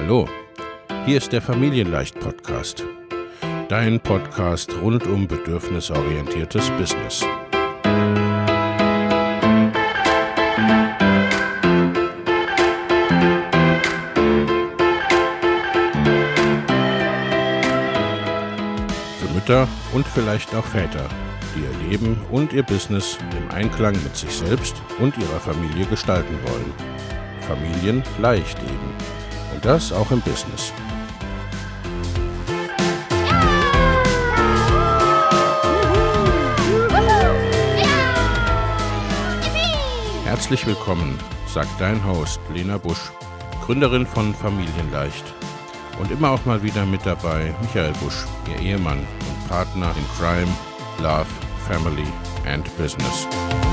Hallo, hier ist der Familienleicht-Podcast. Dein Podcast rund um bedürfnisorientiertes Business. Für Mütter und vielleicht auch Väter, die ihr Leben und ihr Business im Einklang mit sich selbst und ihrer Familie gestalten wollen. Familien leicht eben. Und das auch im Business. Herzlich willkommen, sagt dein Host Lena Busch, Gründerin von Familienleicht. Und immer auch mal wieder mit dabei Michael Busch, ihr Ehemann und Partner in Crime, Love, Family and Business.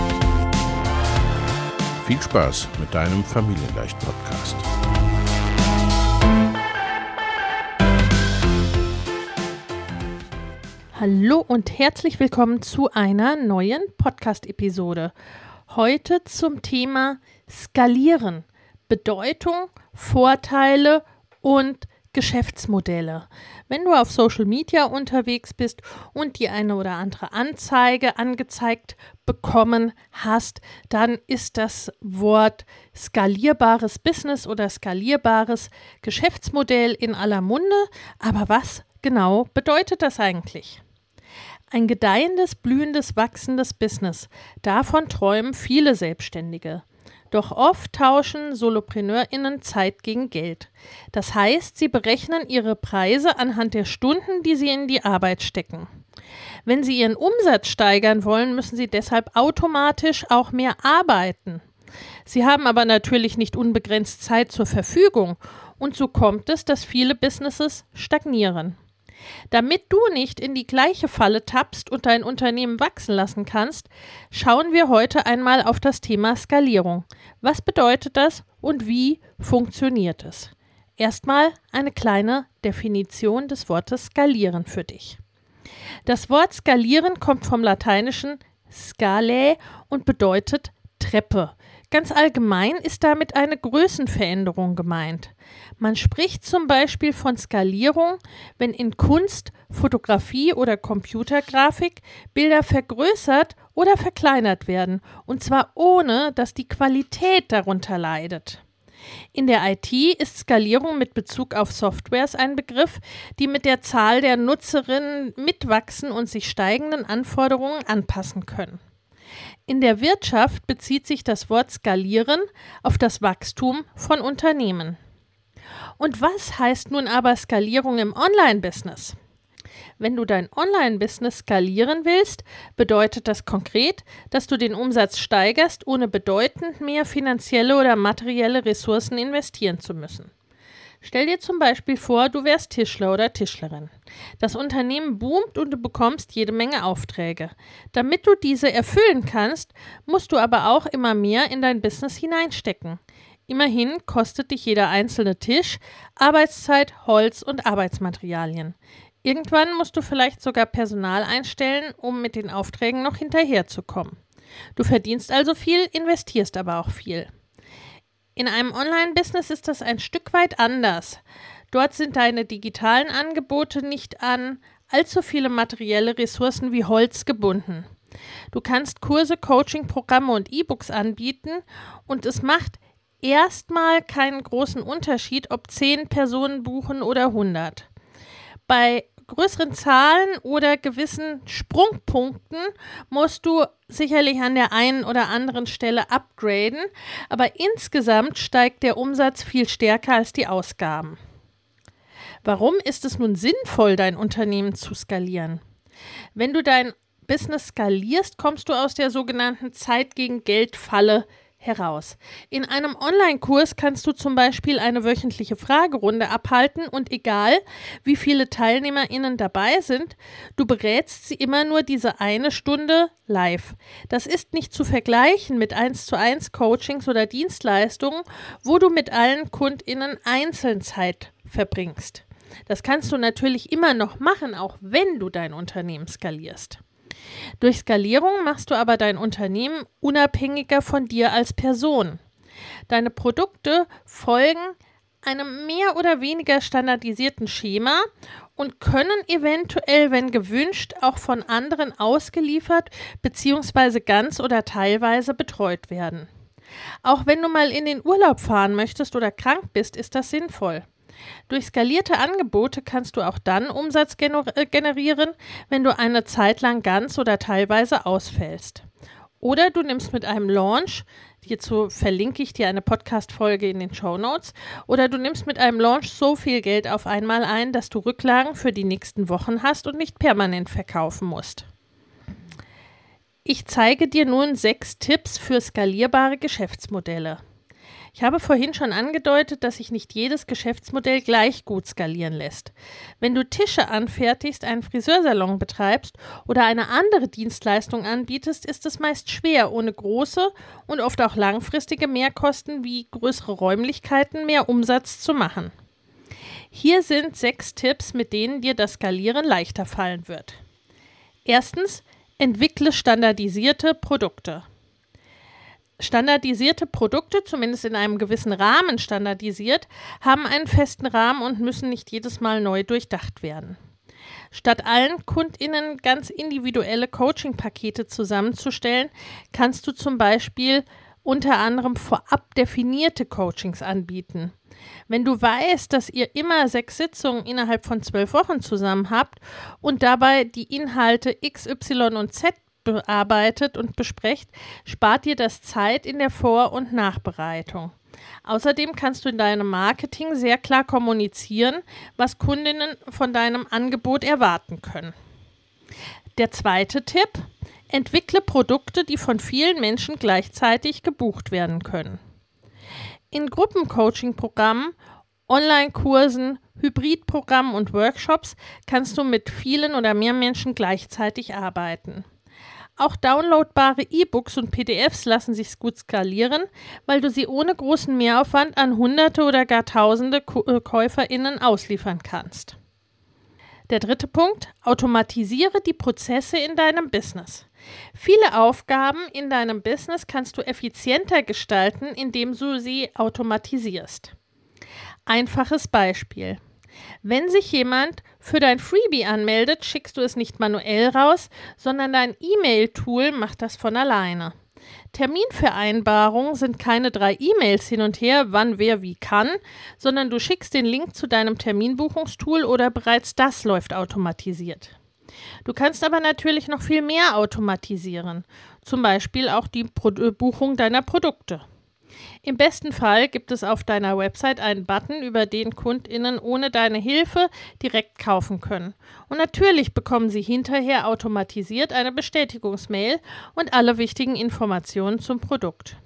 Viel Spaß mit deinem Familienleicht-Podcast. Hallo und herzlich willkommen zu einer neuen Podcast-Episode. Heute zum Thema Skalieren, Bedeutung, Vorteile und Geschäftsmodelle. Wenn du auf Social Media unterwegs bist und die eine oder andere Anzeige angezeigt bekommen hast, dann ist das Wort skalierbares Business oder skalierbares Geschäftsmodell in aller Munde. Aber was genau bedeutet das eigentlich? Ein gedeihendes, blühendes, wachsendes Business. Davon träumen viele Selbstständige. Doch oft tauschen SolopreneurInnen Zeit gegen Geld. Das heißt, sie berechnen ihre Preise anhand der Stunden, die sie in die Arbeit stecken. Wenn sie ihren Umsatz steigern wollen, müssen sie deshalb automatisch auch mehr arbeiten. Sie haben aber natürlich nicht unbegrenzt Zeit zur Verfügung und so kommt es, dass viele Businesses stagnieren. Damit du nicht in die gleiche Falle tappst und dein Unternehmen wachsen lassen kannst, schauen wir heute einmal auf das Thema Skalierung. Was bedeutet das und wie funktioniert es? Erstmal eine kleine Definition des Wortes skalieren für dich. Das Wort skalieren kommt vom lateinischen scalae und bedeutet Treppe. Ganz allgemein ist damit eine Größenveränderung gemeint. Man spricht zum Beispiel von Skalierung, wenn in Kunst, Fotografie oder Computergrafik Bilder vergrößert oder verkleinert werden, und zwar ohne, dass die Qualität darunter leidet. In der IT ist Skalierung mit Bezug auf Softwares ein Begriff, die mit der Zahl der Nutzerinnen mitwachsen und sich steigenden Anforderungen anpassen können. In der Wirtschaft bezieht sich das Wort skalieren auf das Wachstum von Unternehmen. Und was heißt nun aber Skalierung im Online-Business? Wenn du dein Online-Business skalieren willst, bedeutet das konkret, dass du den Umsatz steigerst, ohne bedeutend mehr finanzielle oder materielle Ressourcen investieren zu müssen. Stell dir zum Beispiel vor, du wärst Tischler oder Tischlerin. Das Unternehmen boomt und du bekommst jede Menge Aufträge. Damit du diese erfüllen kannst, musst du aber auch immer mehr in dein Business hineinstecken. Immerhin kostet dich jeder einzelne Tisch Arbeitszeit, Holz und Arbeitsmaterialien. Irgendwann musst du vielleicht sogar Personal einstellen, um mit den Aufträgen noch hinterherzukommen. Du verdienst also viel, investierst aber auch viel. In einem Online-Business ist das ein Stück weit anders. Dort sind deine digitalen Angebote nicht an allzu viele materielle Ressourcen wie Holz gebunden. Du kannst Kurse, Coaching-Programme und E-Books anbieten und es macht erstmal keinen großen Unterschied, ob 10 Personen buchen oder 100. Bei größeren Zahlen oder gewissen Sprungpunkten musst du sicherlich an der einen oder anderen Stelle upgraden, aber insgesamt steigt der Umsatz viel stärker als die Ausgaben. Warum ist es nun sinnvoll, dein Unternehmen zu skalieren? Wenn du dein Business skalierst, kommst du aus der sogenannten Zeit gegen Geld-Falle heraus. In einem Online-Kurs kannst du zum Beispiel eine wöchentliche Fragerunde abhalten und egal, wie viele TeilnehmerInnen dabei sind, du berätst sie immer nur diese eine Stunde live. Das ist nicht zu vergleichen mit 1:1 Coachings oder Dienstleistungen, wo du mit allen KundInnen einzeln Zeit verbringst. Das kannst du natürlich immer noch machen, auch wenn du dein Unternehmen skalierst. Durch Skalierung machst du aber dein Unternehmen unabhängiger von dir als Person. Deine Produkte folgen einem mehr oder weniger standardisierten Schema und können eventuell, wenn gewünscht, auch von anderen ausgeliefert bzw. ganz oder teilweise betreut werden. Auch wenn du mal in den Urlaub fahren möchtest oder krank bist, ist das sinnvoll. Durch skalierte Angebote kannst du auch dann Umsatz generieren, wenn du eine Zeit lang ganz oder teilweise ausfällst. Oder du nimmst mit einem Launch, hierzu verlinke ich dir eine Podcast-Folge in den Shownotes, oder du nimmst mit einem Launch so viel Geld auf einmal ein, dass du Rücklagen für die nächsten Wochen hast und nicht permanent verkaufen musst. Ich zeige dir nun 6 Tipps für skalierbare Geschäftsmodelle. Ich habe vorhin schon angedeutet, dass sich nicht jedes Geschäftsmodell gleich gut skalieren lässt. Wenn du Tische anfertigst, einen Friseursalon betreibst oder eine andere Dienstleistung anbietest, ist es meist schwer, ohne große und oft auch langfristige Mehrkosten wie größere Räumlichkeiten mehr Umsatz zu machen. Hier sind 6 Tipps, mit denen dir das Skalieren leichter fallen wird. Erstens, entwickle standardisierte Produkte. Standardisierte Produkte, zumindest in einem gewissen Rahmen standardisiert, haben einen festen Rahmen und müssen nicht jedes Mal neu durchdacht werden. Statt allen KundInnen ganz individuelle Coaching-Pakete zusammenzustellen, kannst du zum Beispiel unter anderem vorab definierte Coachings anbieten. Wenn du weißt, dass ihr immer 6 Sitzungen innerhalb von 12 Wochen zusammen habt und dabei die Inhalte X, Y und Z bearbeitet und besprecht, spart dir das Zeit in der Vor- und Nachbereitung. Außerdem kannst du in deinem Marketing sehr klar kommunizieren, was Kundinnen von deinem Angebot erwarten können. Der zweite Tipp: Entwickle Produkte, die von vielen Menschen gleichzeitig gebucht werden können. In Gruppencoaching-Programmen, Online-Kursen, Hybridprogrammen und Workshops kannst du mit vielen oder mehr Menschen gleichzeitig arbeiten. Auch downloadbare E-Books und PDFs lassen sich gut skalieren, weil du sie ohne großen Mehraufwand an Hunderte oder gar Tausende KäuferInnen ausliefern kannst. Der dritte Punkt: Automatisiere die Prozesse in deinem Business. Viele Aufgaben in deinem Business kannst du effizienter gestalten, indem du sie automatisierst. Einfaches Beispiel: Wenn sich jemand für dein Freebie anmeldet, schickst du es nicht manuell raus, sondern dein E-Mail-Tool macht das von alleine. Terminvereinbarungen sind keine 3 E-Mails hin und her, wann wer wie kann, sondern du schickst den Link zu deinem Terminbuchungstool oder bereits das läuft automatisiert. Du kannst aber natürlich noch viel mehr automatisieren, zum Beispiel auch die Buchung deiner Produkte. Im besten Fall gibt es auf deiner Website einen Button, über den KundInnen ohne deine Hilfe direkt kaufen können. Und natürlich bekommen sie hinterher automatisiert eine Bestätigungsmail und alle wichtigen Informationen zum Produkt.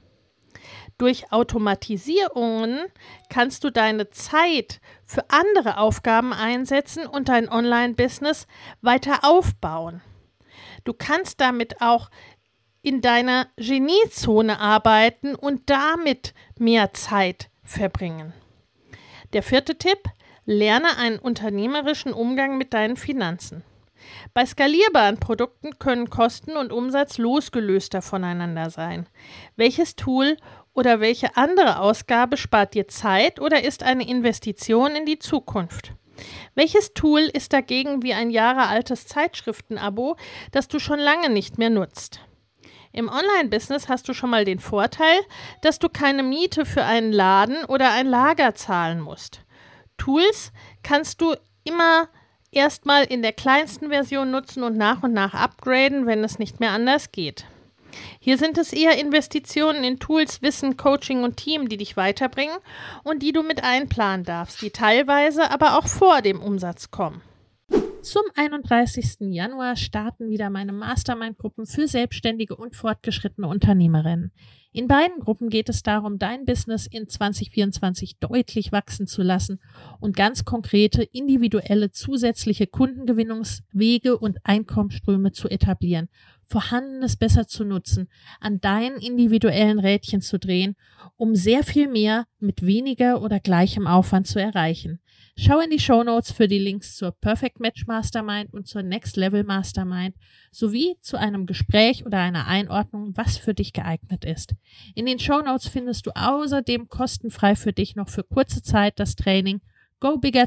Durch Automatisierungen kannst du deine Zeit für andere Aufgaben einsetzen und dein Online-Business weiter aufbauen. Du kannst damit auch in deiner Geniezone arbeiten und damit mehr Zeit verbringen. Der 4. Tipp: Lerne einen unternehmerischen Umgang mit deinen Finanzen. Bei skalierbaren Produkten können Kosten und Umsatz losgelöster voneinander sein. Welches Tool oder welche andere Ausgabe spart dir Zeit oder ist eine Investition in die Zukunft? Welches Tool ist dagegen wie ein jahrealtes Zeitschriftenabo, das du schon lange nicht mehr nutzt? Im Online-Business hast du schon mal den Vorteil, dass du keine Miete für einen Laden oder ein Lager zahlen musst. Tools kannst du immer erstmal in der kleinsten Version nutzen und nach upgraden, wenn es nicht mehr anders geht. Hier sind es eher Investitionen in Tools, Wissen, Coaching und Team, die dich weiterbringen und die du mit einplanen darfst, die teilweise aber auch vor dem Umsatz kommen. Zum 31. Januar starten wieder meine Mastermind-Gruppen für selbstständige und fortgeschrittene Unternehmerinnen. In beiden Gruppen geht es darum, dein Business in 2024 deutlich wachsen zu lassen und ganz konkrete, individuelle, zusätzliche Kundengewinnungswege und Einkommensströme zu etablieren. Vorhandenes besser zu nutzen, an deinen individuellen Rädchen zu drehen, um sehr viel mehr mit weniger oder gleichem Aufwand zu erreichen. Schau in die Shownotes für die Links zur Perfect Match Mastermind und zur Next Level Mastermind sowie zu einem Gespräch oder einer Einordnung, was für dich geeignet ist. In den Shownotes findest du außerdem kostenfrei für dich noch für kurze Zeit das Training Go Bigger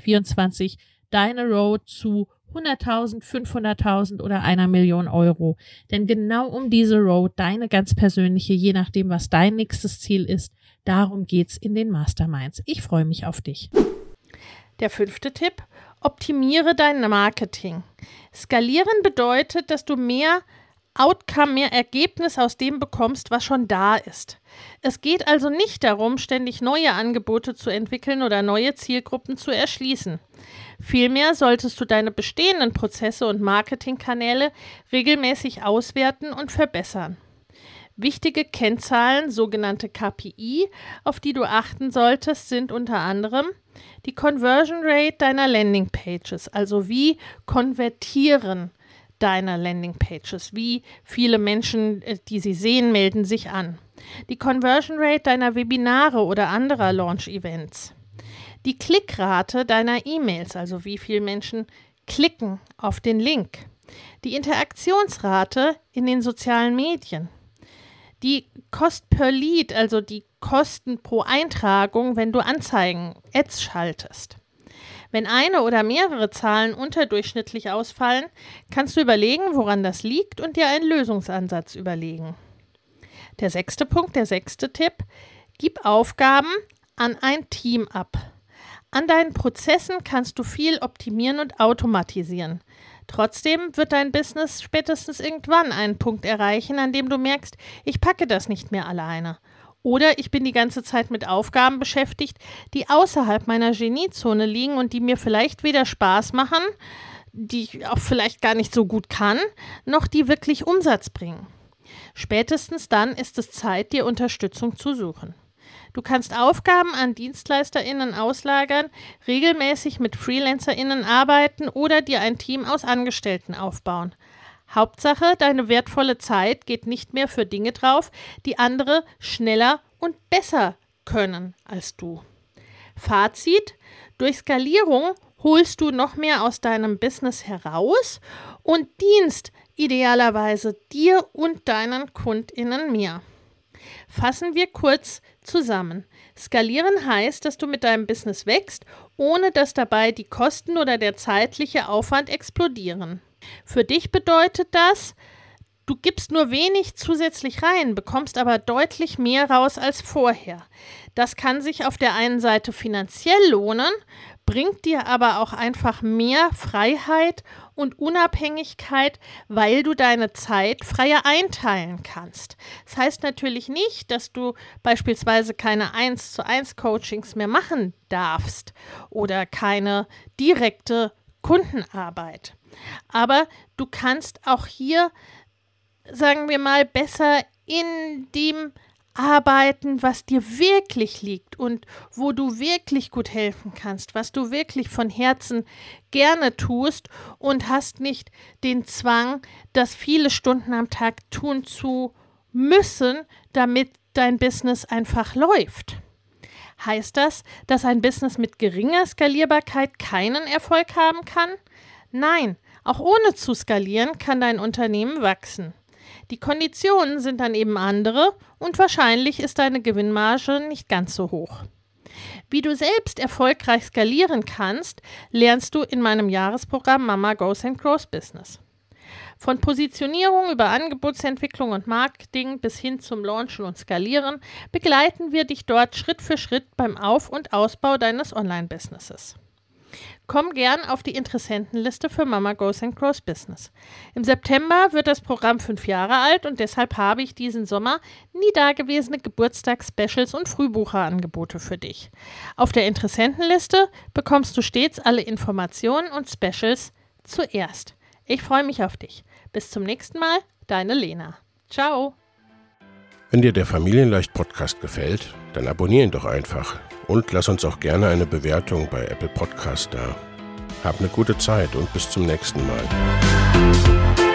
2024, deine Road zu 100.000, 500.000 oder 1 Million Euro. Denn genau um diese Road, deine ganz persönliche, je nachdem, was dein nächstes Ziel ist, darum geht's in den Masterminds. Ich freue mich auf dich. Der 5. Tipp: Optimiere dein Marketing. Skalieren bedeutet, dass du mehr Outcome, mehr Ergebnis aus dem bekommst, was schon da ist. Es geht also nicht darum, ständig neue Angebote zu entwickeln oder neue Zielgruppen zu erschließen. Vielmehr solltest du deine bestehenden Prozesse und Marketingkanäle regelmäßig auswerten und verbessern. Wichtige Kennzahlen, sogenannte KPI, auf die du achten solltest, sind unter anderem die Conversion Rate deiner Landingpages, also wie konvertieren deiner Landingpages, wie viele Menschen, die sie sehen, melden sich an. Die Conversion Rate deiner Webinare oder anderer Launch-Events. Die Klickrate deiner E-Mails, also wie viele Menschen klicken auf den Link. Die Interaktionsrate in den sozialen Medien. Die Cost per Lead, also die Kosten pro Eintragung, wenn du Anzeigen, Ads schaltest. Wenn eine oder mehrere Zahlen unterdurchschnittlich ausfallen, kannst du überlegen, woran das liegt und dir einen Lösungsansatz überlegen. Der 6. Punkt, der 6. Tipp: Gib Aufgaben an ein Team ab. An deinen Prozessen kannst du viel optimieren und automatisieren. Trotzdem wird dein Business spätestens irgendwann einen Punkt erreichen, an dem du merkst, ich packe das nicht mehr alleine. Oder ich bin die ganze Zeit mit Aufgaben beschäftigt, die außerhalb meiner Geniezone liegen und die mir vielleicht weder Spaß machen, die ich auch vielleicht gar nicht so gut kann, noch die wirklich Umsatz bringen. Spätestens dann ist es Zeit, dir Unterstützung zu suchen. Du kannst Aufgaben an DienstleisterInnen auslagern, regelmäßig mit FreelancerInnen arbeiten oder dir ein Team aus Angestellten aufbauen. Hauptsache, deine wertvolle Zeit geht nicht mehr für Dinge drauf, die andere schneller und besser können als du. Fazit: Durch Skalierung holst du noch mehr aus deinem Business heraus und dienst idealerweise dir und deinen KundInnen mehr. Fassen wir kurz zusammen. Skalieren heißt, dass du mit deinem Business wächst, ohne dass dabei die Kosten oder der zeitliche Aufwand explodieren. Für dich bedeutet das, du gibst nur wenig zusätzlich rein, bekommst aber deutlich mehr raus als vorher. Das kann sich auf der einen Seite finanziell lohnen, bringt dir aber auch einfach mehr Freiheit und Unabhängigkeit, weil du deine Zeit freier einteilen kannst. Das heißt natürlich nicht, dass du beispielsweise keine 1:1 Coachings mehr machen darfst oder keine direkte Kundenarbeit. Aber du kannst auch hier, sagen wir mal, besser in dem arbeiten, was dir wirklich liegt und wo du wirklich gut helfen kannst, was du wirklich von Herzen gerne tust und hast nicht den Zwang, das viele Stunden am Tag tun zu müssen, damit dein Business einfach läuft. Heißt das, dass ein Business mit geringer Skalierbarkeit keinen Erfolg haben kann? Nein, auch ohne zu skalieren kann dein Unternehmen wachsen. Die Konditionen sind dann eben andere und wahrscheinlich ist deine Gewinnmarge nicht ganz so hoch. Wie du selbst erfolgreich skalieren kannst, lernst du in meinem Jahresprogramm Mama Goes and Grows Business. Von Positionierung über Angebotsentwicklung und Marketing bis hin zum Launchen und Skalieren begleiten wir dich dort Schritt für Schritt beim Auf- und Ausbau deines Online-Businesses. Komm gern auf die Interessentenliste für Mama Goes and Grows Business. Im September wird das Programm 5 Jahre alt und deshalb habe ich diesen Sommer nie dagewesene Geburtstags-Specials und Frühbucherangebote für dich. Auf der Interessentenliste bekommst du stets alle Informationen und Specials zuerst. Ich freue mich auf dich. Bis zum nächsten Mal, deine Lena. Ciao. Wenn dir der Familienleicht-Podcast gefällt, dann abonnier ihn doch einfach und lass uns auch gerne eine Bewertung bei Apple Podcast da. Hab eine gute Zeit und bis zum nächsten Mal.